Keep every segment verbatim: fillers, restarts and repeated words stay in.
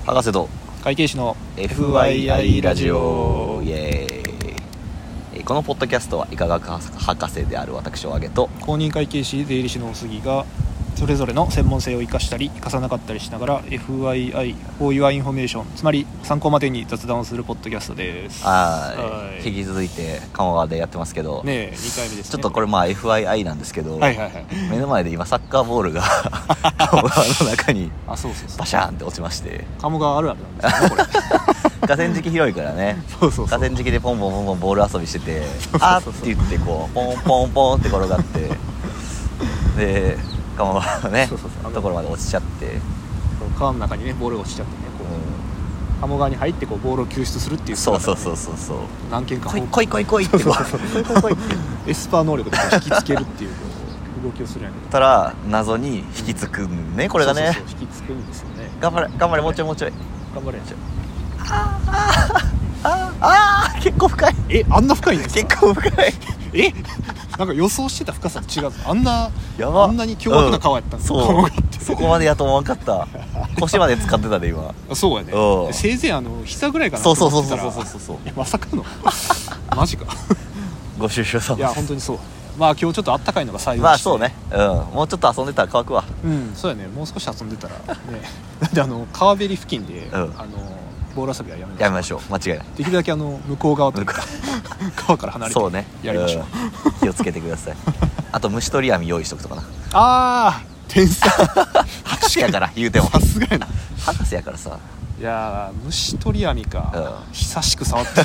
博士と会計士のエフワイアイ ラジオイエーイ。このポッドキャストは医科学博士である私を挙げと公認会計士税理士の杉がそれぞれの専門性を生かしたり生かさなかったりしながら エフワイアイ for your information つまり参考までに雑談をするポッドキャストです。 はい、引き続いて鴨川でやってますけどねえにかいめですね。 ちょっとこれまあ エフワイアイ なんですけど、 はいはいはい、 目の前で今サッカーボールが鴨川の中にあそうそうそうバシャーンって落ちまして、 鴨川あるあるなんですよねこれ河川敷広いからねそうそうそう河川敷でポンポンポンポンボール遊びしててあーって言ってこうポンポンポンって転がってで鴨川のねそうそうそうところまで落ちちゃって、 川の中にねボールが落ちちゃってねこう、うん、鴨川に入ってこうボールを救出するっていうそうそうそうそうそう何件か来い来い来い来いってこうエスパー能力でこう引きつけるっていうこう動きをするんやけどたら謎に引きつくんねこれがね。 そうそうそう引きつくんですよね。 頑張れ頑張れもうちょいもうちょい頑張れちゃう。 あーあーあー結構深い。 えあんな深いんですか。 結構深い。 えなんか予想してた深さと違う。あんなやばあんなに凶悪な川やったんですか、 うん、そうそこまでやと思わんかった腰まで使ってたで今そうやね、 うん、 せいぜいあの膝ぐらいかなそうと思ってたらそうそうそうそうそうそうまさかのマジかご愁傷様です。 いや本当にそう。まあ今日ちょっとあったかいのが幸いして、 まあそうね、うん、もうちょっと遊んでたら乾くわ。 うんそうやね、もう少し遊んでたらねなんであの川べり付近で、 うん、 あのボール遊びはやめましょうやめましょう。間違いない。 できるだけあの向こう側というか川から離れてそうねやりましょう、 うん、気をつけてくださいあと虫取り網用意しとくとかな。 あー天才博士やから言うてもさすがやな。 博士やからさ。 いやー虫取り網か、 うん、 久しく触って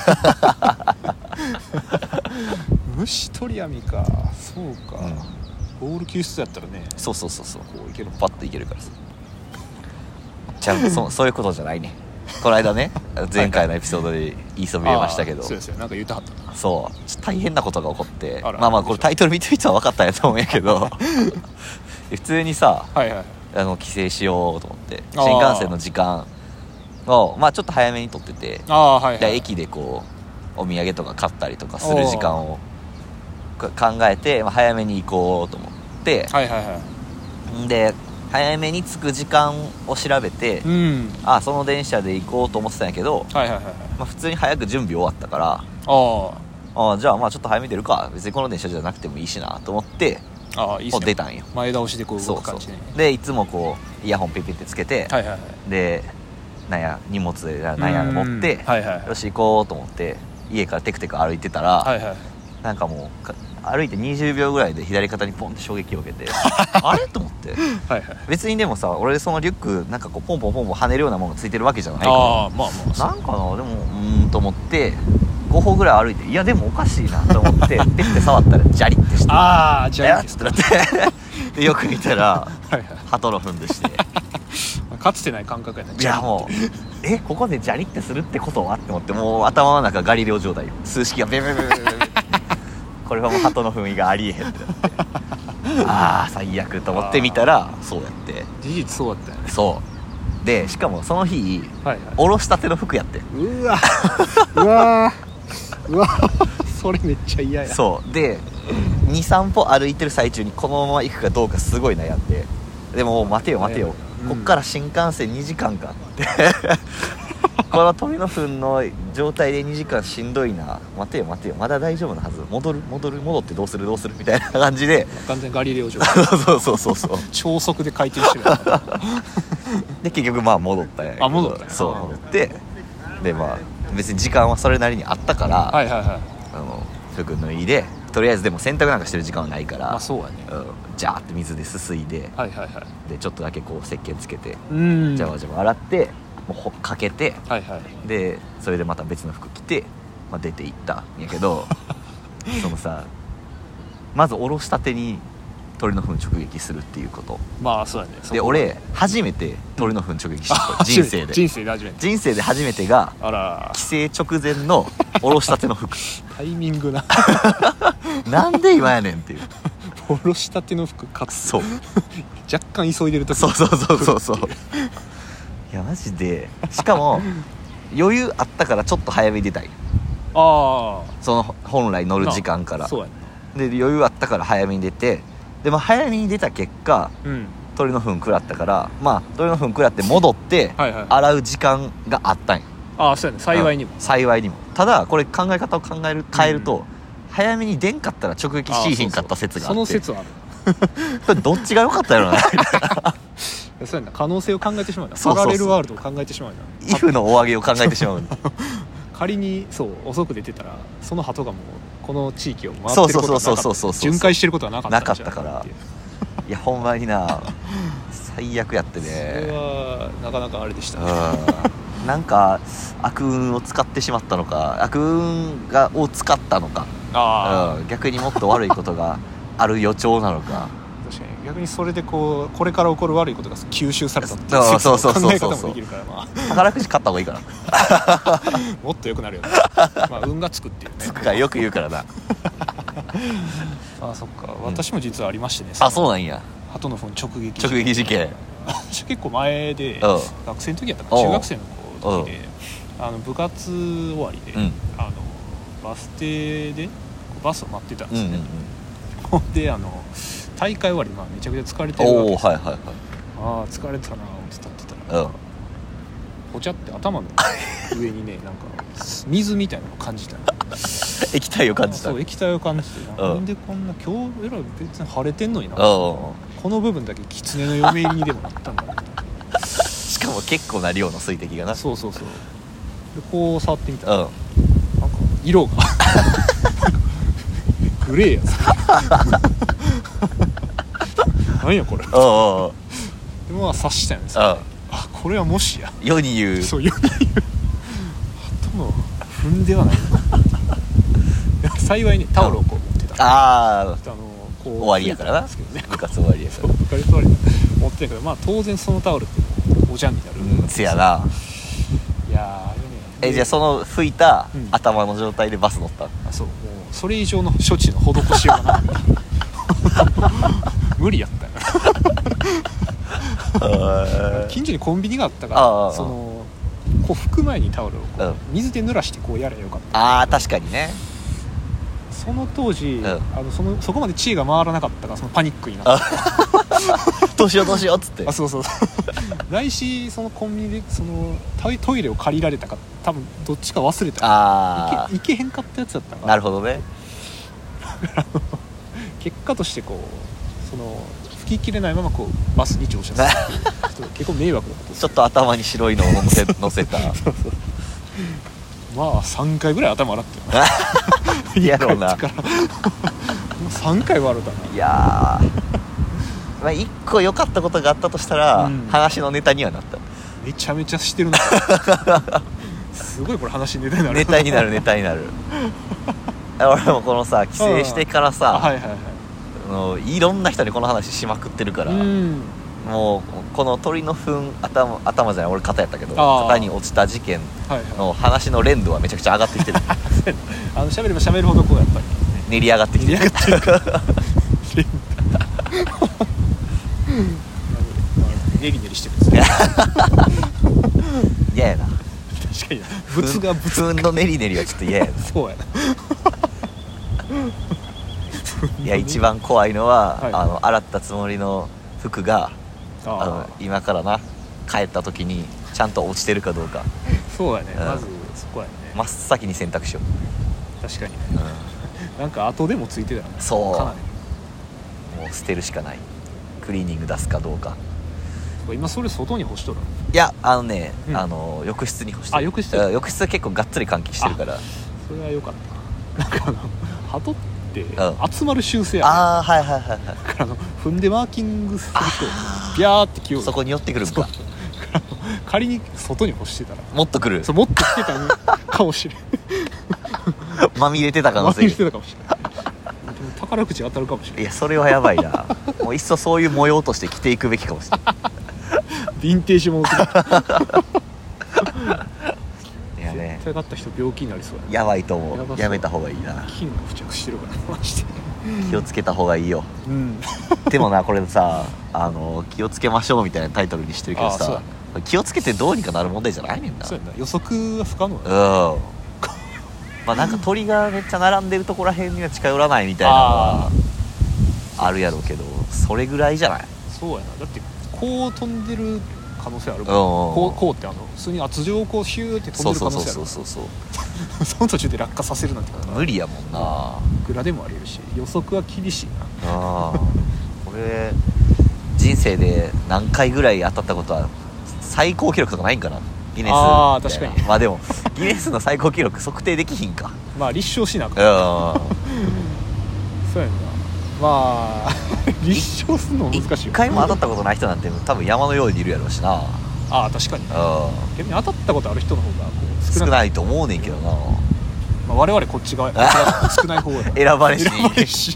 虫取り網かそうか、うん、ボール救出やったらねそうそうそうそうこういけるパッといけるからさちゃんそそういうことじゃないね。この間ね前回のエピソードで言いそびれましたけど、 そうですよなんか言ってはったな。 そう大変なことが起こってあらまあまあこれタイトル見てる人は分かったんやと思うんやけど普通にさ、 はいはい、 あの帰省しようと思って新幹線の時間をまあちょっと早めに取ってて、 あ、はいはい、 で駅でこうお土産とか買ったりとかする時間を考えて、まあ、早めに行こうと思って、 はいはいはい、 で早めに着く時間を調べて、 うん、 あその電車で行こうと思ってたんやけど、 はいはいはい、 まあ、普通に早く準備終わったからああじゃあまあちょっと早めに出るか別にこの電車じゃなくてもいいしなと思ってあいいっすね、 出たんよ。 前倒しでこう動く感じね。 そうそうでいつもこうイヤホンピピってつけて、 はいはいはい、 でなんや荷物なんや持って、 はいはい、 よし行こうと思って家からテクテク歩いてたら、 はいはい、 なんかもう歩いてにじゅうびょうぐらいで左肩にポンって衝撃を受けてあれと思ってはい、はい、 別にでもさ俺そのリュックなんかこうポンポンポンポン跳ねるようなものがついてるわけじゃないから、 あまあまあなんかなでもうーんと思ってご歩ぐらい歩いていやでもおかしいなと思ってペッて触ったらジャリってしてああジャリってなってでよく見たらはい、はい、 鳩の糞でしてかつてない感覚やね。 いやもうえここでジャリってするってことはって思ってもう頭の中ガリレオ状態よ。数式がベベベベベベこれはもう鳩の糞がありえへんってなってああ最悪と思って見たらそうやって事実そうだったよね。 そうでしかもその日、 はいはい、 おろしたての服やってうわうわうわそれめっちゃ嫌や。 そうで にさん 歩歩いてる最中にこのまま行くかどうかすごい悩んででも待てよ待てよ、うん、こっから新幹線にじかんかってこの鳥の糞の状態でにじかんしんどいな待てよ待てよまだ大丈夫なはず戻る戻る戻ってどうするどうするみたいな感じで完全ガリレオ状そうそうそうそう超速で回転してるで結局まあ戻ったんやけどあ戻ったんやそう戻ってでまあ別に時間はそれなりにあったから、 はいはいはい、 あの服脱いでとりあえずでも洗濯なんかしてる時間はないから、 まあそうやね、 うん、ジャーって水ですすいで、 はいはいはい、 でちょっとだけこう石鹸つけてうんジャバジャバ洗ってもうほかけて、 はいはい、 でそれでまた別の服着て、まあ、出て行ったんやけどそのさまずおろしたてに鳥の糞直撃するっていうことまあそうやね。 で俺初めて鳥の糞直撃した人生で人生で初めて人生で初めてがあら帰省直前のおろしたての服タイミングななんで今やねんっていうおろしたての服かつそう若干急いでる時そうそうそうそうそういやマジでしかも余裕あったからちょっと早めに出たいああその本来乗る時間からそうやね。 で余裕あったから早めに出てでも早めに出た結果、 うん、 鳥の糞食らったから、まあ鳥の糞食らって戻ってはいはい洗う時間があったんや。 ああそうやね幸いにも、 うん幸いにも。ただこれ考え方を考える変えると、 うん早めに出んかったら直撃しひんかった説があって、 その説はあるこれどっちが良かったやろなそうやな可能性を考えてしまうなそうそうそうパラレルワールドを考えてしまうなイフのお揚げを考えてしまう仮にそう遅く出てたらその鳩がもうこの地域を回ってるそうことそうはなかったそうそうそうそう巡回してることはなかったなかったからいやほんまにな最悪やってそれね。 はなかなかあれでしたねうんなんか悪運を使ってしまったのか悪運がを使ったのか、 ああ、 うん、逆にもっと悪いことがある予兆なのか確かに逆にそれでこうこれから起こる悪いことが吸収されたっていそううそうそうそう考え方もできるからまあ宝くじ買った方がいいかなもっと良くなるよねまあ運がつくっていうねつくからよく言うからなああそっか私も実はありましてね、 あそうなんや鳩の糞直撃直撃事件私結構前でうん学生の時やったかなうん中学生の時であの部活終わりで、 うんあのバス停でバスを待ってたんですよね、 うんうんうんほんであの大会終わり、まあ、めちゃくちゃ疲れてるわけですよ、 おおはいはいはいああ疲れたなって立ってたらうんポチャって頭の上にねなんか水みたいなのを感じたの液体を感じたそう液体を感じてうんなんでこんな今日えらい別に晴れてんのになうんこの部分だけ狐の嫁入りにでもなったんだしかも結構な量の水滴がなそうそうそうでこう触ってみたらうんなんか色がグレーやつ何やこれうんうんうんでもまあ察したんですよ、 うんあこれはもしや世に言うそう世に言う鳩の踏んではない幸いにタオルをこう持ってたあああのこう終わりやからなですけどね部活終わりやから部活終わり持ってたけどまあ当然そのタオルっておじゃんになるうんせやないやーあれねえじゃあその拭いたうん頭の状態でバス乗ったあそうもうそれ以上の処置の施しようがなかった無理やったよ近所にコンビニがあったかああああらそのこう拭く前にタオルをこう、 うん水で濡らしてこうやればよかったああ確かにねその当時、 んあのそのそこまで知恵が回らなかったからそのパニックになってどうしようどうしようっつってあそうそう来週そのコンビニでそのトイトイレを借りられたか多分どっちか忘れたあいけいけへんかったやつだったかあらなるほどね結果としてこうその吹き切れないままこうバスに乗車するっていうちょっと結構迷惑なことですちょっと頭に白いのを乗せ乗せたまあさんかいぐらい頭洗ってるやろうな帰ってからさんかいは洗ったないやーまあ一個良かったことがあったとしたら、 うん話のネタにはなっためちゃめちゃしてるなすごいこれ話ネタになるネタになるネタになる俺もこのさ帰省してからあさ、 はいはいはいあのいろんな人にこの話しまくってるから、 うんもうこの鳥の糞頭頭じゃない俺肩やったけどあー肩に落ちた事件はいはいの話の連度はめちゃくちゃ上がってきてるあの喋れば喋るほどこうやっぱり練り上がってきてる練り上がってネリネリしてるんですね嫌やな確かに物が物糞の練り練りはちょっと嫌やなそうやないや一番怖いのは、 はいあの洗ったつもりの服があのあ今からな帰った時にちゃんと落ちてるかどうかそうやね、 うんまずそこやね真っ先に選択しよ確かにねう、 なんか後でもついてたよねそうかなりうん、もう捨てるしかないクリーニング出すかどうか今それ外に干しとるのいやあのね、 うんあの浴室に干してるあ浴室うん浴室は結構がっつり換気してるからそれは良かったなんかあの鳩ってん集まる習性あるああはいはいはいはだからあの踏んでマーキングするとあビャーって気をいそこに寄ってくるんそうか仮に外に干してたらもっと来るそうもっと来てたかもしれんまみれてた可能回性してたかもしれないでも宝くじ当たるかもしれないいやそれはやばいなもういっそそういう模様として着ていくべきかもしれないヴィンテージものいやね絶対買った人病気になりそうやなやばいと思やばそううやめた方がいいな菌が付着してるからマジで気をつけた方がいいようんでもなこれさあの気をつけましょうみたいなタイトルにしてるけどさあそうやね気をつけてどうにかなる問題じゃないねんなそうやな予測は不可能うんやまあなんか鳥がめっちゃ並んでるとこら辺には近寄らないみたいなのはあるやろうけどそれぐらいじゃないそうやな。だってこう飛んでる可能性あるもん。こう、こうってあの普通に圧上をこうヒューって飛んでる可能性ある。 そうそうそうそうそうその途中で落下させるなんて無理やもんな。 いくらでもありえるし、予測は厳しいな。 あこれ人生で何回ぐらい当たったことは最高記録とかないんかな、ギネス。 あー確かに。 まあでもギネスの最高記録測定できひんか。 まあ立証しなあかん。 うんそうやんな。まあ立証するのも難しいよ。 一回も当たったことない人なんて多分山のようにいるやろうしな。 ああ確かに。逆に当たったことある人の方がこう少少ない。 ないと思うねんけどな。 まあ、我々こっち側こっち側少ない方やから選ばれし選ばれし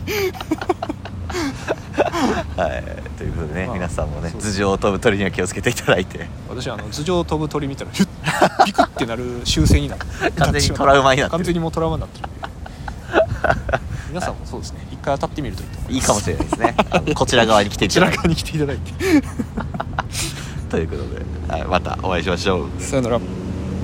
はい、ということでね、 まあ、 皆さんもねそう頭上を飛ぶ鳥には気をつけていただいて。 私はあの頭上を飛ぶ鳥見たらヒュッビクってなる習性になって完全にトラウマになってる。 完全にもうトラウマになってる皆さんもそうですね、一回当たってみるといいと思います。 いいかもしれないですね。あのこちら側に来ていこちただいてら側に来ていただいてということで、はい、またお会いしましょう。 さよなら。